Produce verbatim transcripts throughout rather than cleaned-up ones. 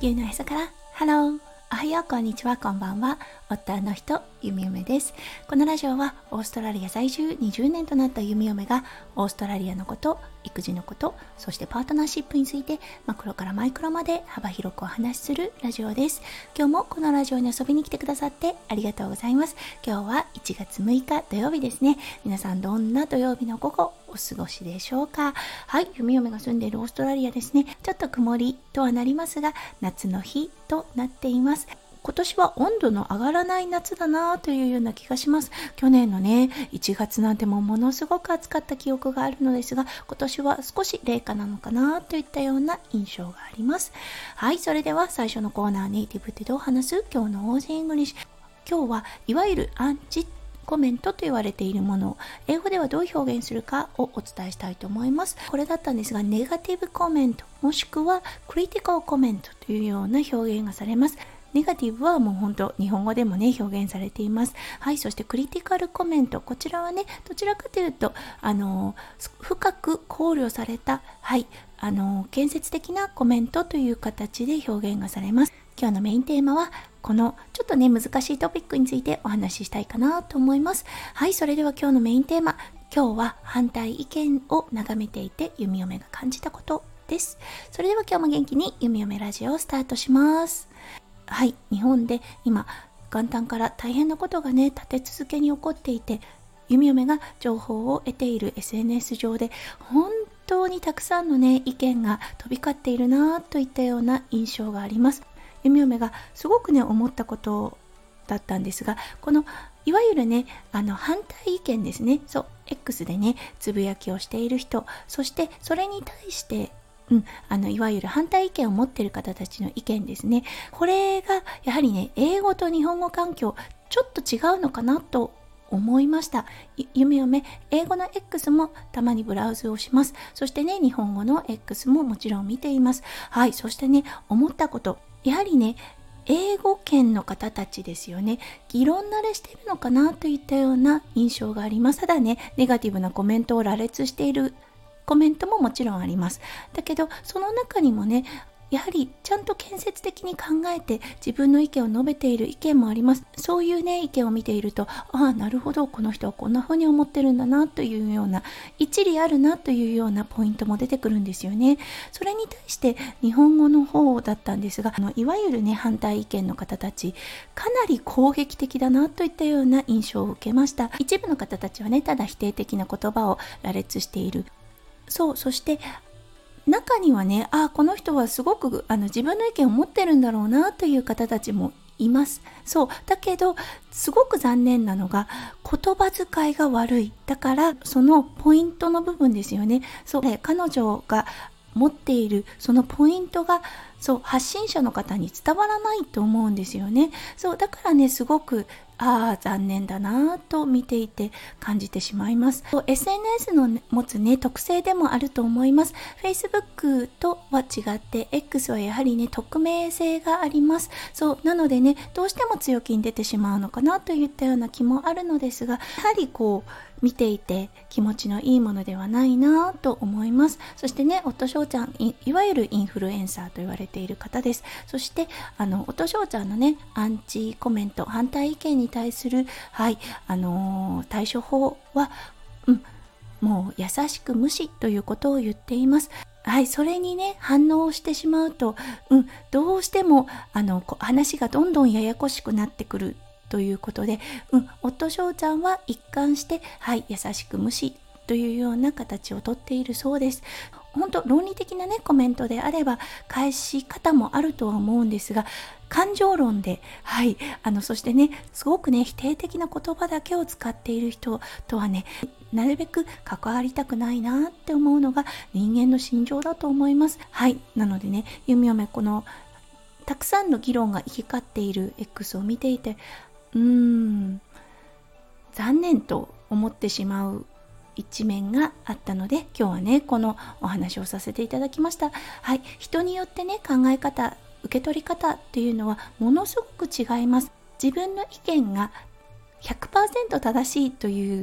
ゆうのへそからハロー、おはよう、こんにちは、こんばんは。夫の人、ゆみおめです。このラジオはオーストラリア在住にじゅうねんとなったゆみおめがオーストラリアのこと、育児のこと、そしてパートナーシップについてマクロからマイクロまで幅広くお話しするラジオです。今日もこのラジオに遊びに来てくださってありがとうございます。今日はいちがつむいか土曜日ですね。皆さんどんな土曜日の午後お過ごしでしょうか。はい、ゆみおめが住んでいるオーストラリアですね。ちょっと曇りとはなりますが夏の日となっています。今年は温度の上がらない夏だなというような気がします。去年のねいちがつなんてもものすごく暑かった記憶があるのですが、今年は少し冷夏なのかなといったような印象があります。はい、それでは最初のコーナー、ネイティブってどう話す今日のオージーイングリッシュ。今日はいわゆるアンチコメントと言われているものを英語ではどう表現するかをお伝えしたいと思います。これだったんですが、ネガティブコメントもしくはクリティカルコメントというような表現がされます。ネガティブはもう本当日本語でもね表現されています。はい、そしてクリティカルコメント、こちらはねどちらかというとあの深く考慮された、はいあの建設的なコメントという形で表現がされます。今日のメインテーマはこのちょっとね難しいトピックについてお話ししたいかなと思います。はい、それでは今日のメインテーマ、今日は反対意見を眺めていて弓嫁が感じたことです。それでは今日も元気に弓嫁ラジオをスタートします。はい、日本で今元旦から大変なことがね立て続けに起こっていて、弓嫁が情報を得ている エスエヌエス 上で本当にたくさんのね意見が飛び交っているなといったような印象があります。弓嫁がすごくね思ったことだったんですが、このいわゆるねあの反対意見ですね、そう X でねつぶやきをしている人、そしてそれに対してうん、あのいわゆる反対意見を持っている方たちの意見ですね。これがやはりね英語と日本語環境ちょっと違うのかなと思いました。ゆみおめ英語の X もたまにブラウズをします。そしてね日本語の X ももちろん見ています。はい、そしてね思ったこと、やはりね英語圏の方たちですよね。議論慣れしているのかなといったような印象があります。ただねネガティブなコメントを羅列しているコメントももちろんあります。だけどその中にもねやはりちゃんと建設的に考えて自分の意見を述べている意見もあります。そういうね意見を見ていると、ああなるほどこの人はこんな風に思ってるんだなというような、一理あるなというようなポイントも出てくるんですよね。それに対して日本語の方だったんですが、あのいわゆるね反対意見の方たちかなり攻撃的だなといったような印象を受けました。一部の方たちはねただ否定的な言葉を羅列している。そう、そして中にはね、ああこの人はすごくあの自分の意見を持ってるんだろうなという方たちもいます。そうだけどすごく残念なのが言葉遣いが悪い。だからそのポイントの部分ですよね。そうで彼女が持っているそのポイントがそう発信者の方に伝わらないと思うんですよね。そうだからねすごくああ残念だなと見ていて感じてしまいます。 エスエヌエス の持つね特性でもあると思います。 Facebook とは違って X はやはりね匿名性があります。そうなのでねどうしても強気に出てしまうのかなといったような気もあるのですが、やはりこう見ていて気持ちのいいものではないなと思います。そしてね夫翔ちゃん い, いわゆるインフルエンサーと言われている方です。そしてあの夫翔ちゃんのねアンチコメント反対意見に対するはいあのー、対処法は、うん、もう優しく無視ということを言っています。はい、それにね反応してしまうと、うん、どうしてもあの話がどんどんややこしくなってくるということで、うん、夫翔ちゃんは一貫してはい優しく無視というような形をとっているそうです。本当論理的なねコメントであれば返し方もあるとは思うんですが、感情論ではいあのそしてねすごくね否定的な言葉だけを使っている人とはねなるべく関わりたくないなって思うのが人間の心情だと思います。はいなのでねゆみおめこのたくさんの議論が行き交っている X を見ていてうーん残念と思ってしまう一面があったので今日はねこのお話をさせていただきました。はい、人によってね考え方受け取り方っていうのはものすごく違います。自分の意見が ひゃくパーセント 正しいという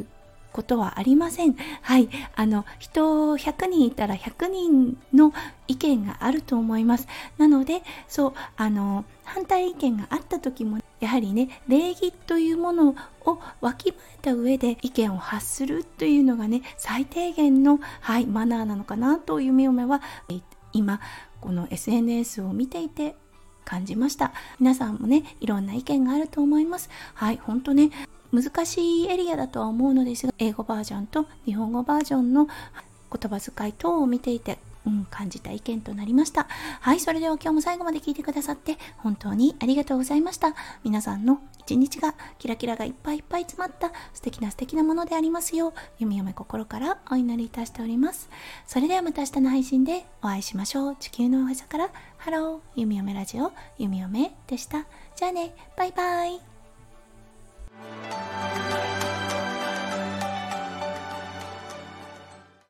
ことはありません。はい、あの人ひゃくにんいたらひゃくにんの意見があると思います。なので、そうあの反対意見があった時もやはりね、礼儀というものをわきまえた上で意見を発するというのがね、最低限の、はい、マナーなのかなという弓嫁は今この エスエヌエス を見ていて感じました。皆さんもね、いろんな意見があると思います。はい、本当ね、難しいエリアだとは思うのですが、英語バージョンと日本語バージョンの言葉遣い等を見ていて、うん、感じた意見となりました。はい、それでは今日も最後まで聞いてくださって本当にありがとうございました。皆さんの一日がキラキラがいっぱいいっぱい詰まった素敵な素敵なものでありますよう、弓嫁心からお祈りいたしております。それではまた明日の配信でお会いしましょう。地球のおへそからハロー、弓嫁ラジオ弓嫁でした。じゃあね、バイバイ。